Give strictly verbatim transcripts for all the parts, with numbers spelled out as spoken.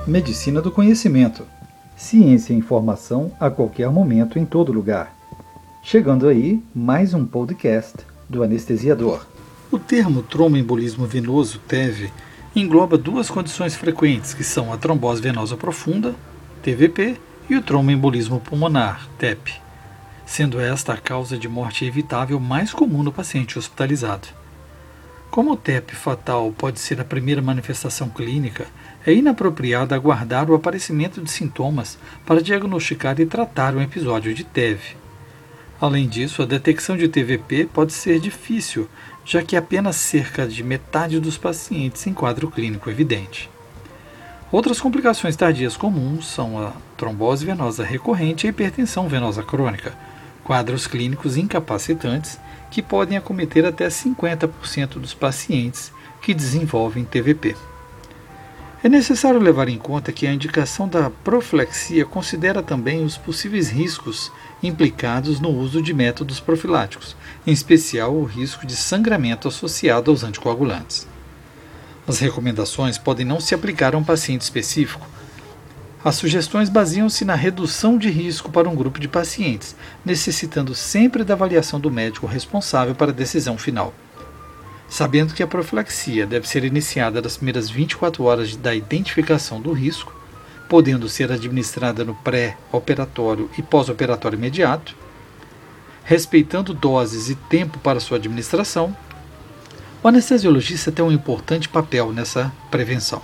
Medicina do conhecimento. Ciência e informação a qualquer momento, em todo lugar. Chegando aí, mais um podcast do anestesiador. O termo tromboembolismo venoso, T E V, engloba duas condições frequentes, que são a trombose venosa profunda, T V P, e o tromboembolismo pulmonar, T E P, sendo esta a causa de morte evitável mais comum no paciente hospitalizado. Como o T E P fatal pode ser a primeira manifestação clínica, é inapropriado aguardar o aparecimento de sintomas para diagnosticar e tratar um episódio de T E V. Além disso, a detecção de T V P pode ser difícil, já que apenas cerca de metade dos pacientes em quadro clínico evidente. Outras complicações tardias comuns são a trombose venosa recorrente e a hipertensão venosa crônica, quadros clínicos incapacitantes que podem acometer até cinquenta por cento dos pacientes que desenvolvem T V P. É necessário levar em conta que a indicação da profilaxia considera também os possíveis riscos implicados no uso de métodos profiláticos, em especial o risco de sangramento associado aos anticoagulantes. As recomendações podem não se aplicar a um paciente específico. As sugestões baseiam-se na redução de risco para um grupo de pacientes, necessitando sempre da avaliação do médico responsável para a decisão final. Sabendo que a profilaxia deve ser iniciada nas primeiras vinte e quatro horas da identificação do risco, podendo ser administrada no pré-operatório e pós-operatório imediato, respeitando doses e tempo para sua administração, o anestesiologista tem um importante papel nessa prevenção.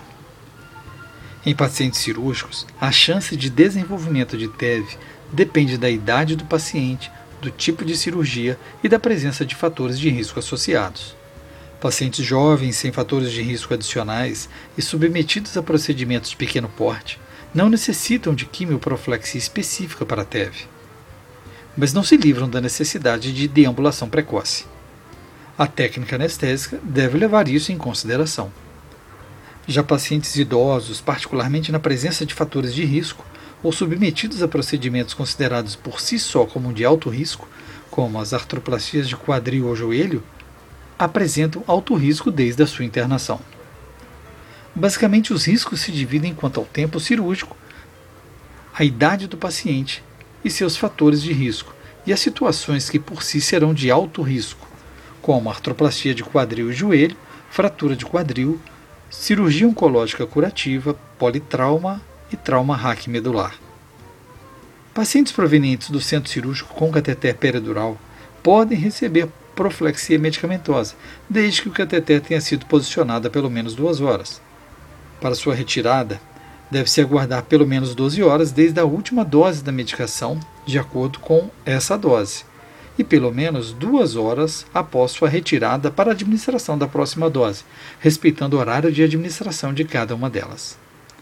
Em pacientes cirúrgicos, a chance de desenvolvimento de T E V depende da idade do paciente, do tipo de cirurgia e da presença de fatores de risco associados. Pacientes jovens sem fatores de risco adicionais e submetidos a procedimentos de pequeno porte não necessitam de quimioprofilaxia específica para T E V, mas não se livram da necessidade de deambulação precoce. A técnica anestésica deve levar isso em consideração. Já pacientes idosos, particularmente na presença de fatores de risco, ou submetidos a procedimentos considerados por si só como de alto risco, como as artroplastias de quadril ou joelho, apresentam alto risco desde a sua internação. Basicamente, os riscos se dividem quanto ao tempo cirúrgico, a idade do paciente e seus fatores de risco, e as situações que por si serão de alto risco, como artroplastia de quadril e joelho, fratura de quadril, cirurgia oncológica curativa, politrauma e trauma raquimedular. Pacientes provenientes do centro cirúrgico com cateter peridural podem receber profilaxia medicamentosa, desde que o cateter tenha sido posicionado há pelo menos duas horas. Para sua retirada, deve-se aguardar pelo menos doze horas desde a última dose da medicação, de acordo com essa dose, e pelo menos duas horas após sua retirada para a administração da próxima dose, respeitando o horário de administração de cada uma delas.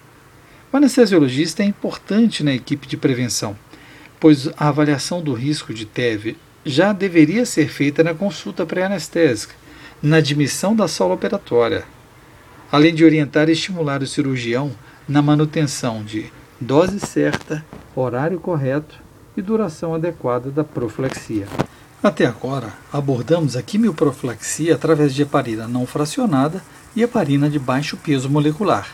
O anestesiologista é importante na equipe de prevenção, pois a avaliação do risco de T E V já deveria ser feita na consulta pré-anestésica, na admissão da sala operatória, além de orientar e estimular o cirurgião na manutenção de dose certa, horário correto e duração adequada da profilaxia. Até agora, abordamos a quimioprofilaxia através de heparina não fracionada e heparina de baixo peso molecular.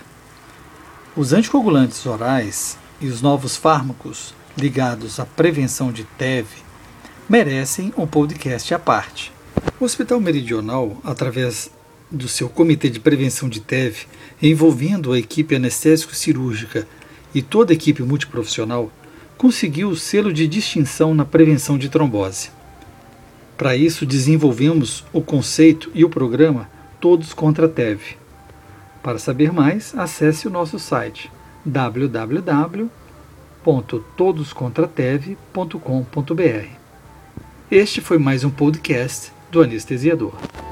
Os anticoagulantes orais e os novos fármacos ligados à prevenção de T E V merecem um podcast à parte. O Hospital Meridional, através do seu Comitê de Prevenção de T E V, envolvendo a equipe anestésico-cirúrgica e toda a equipe multiprofissional, conseguiu o selo de distinção na prevenção de trombose. Para isso, desenvolvemos o conceito e o programa Todos contra T E V. Para saber mais, acesse o nosso site w w w ponto todos contra t e v ponto com ponto b r. Este foi mais um podcast do anestesiador.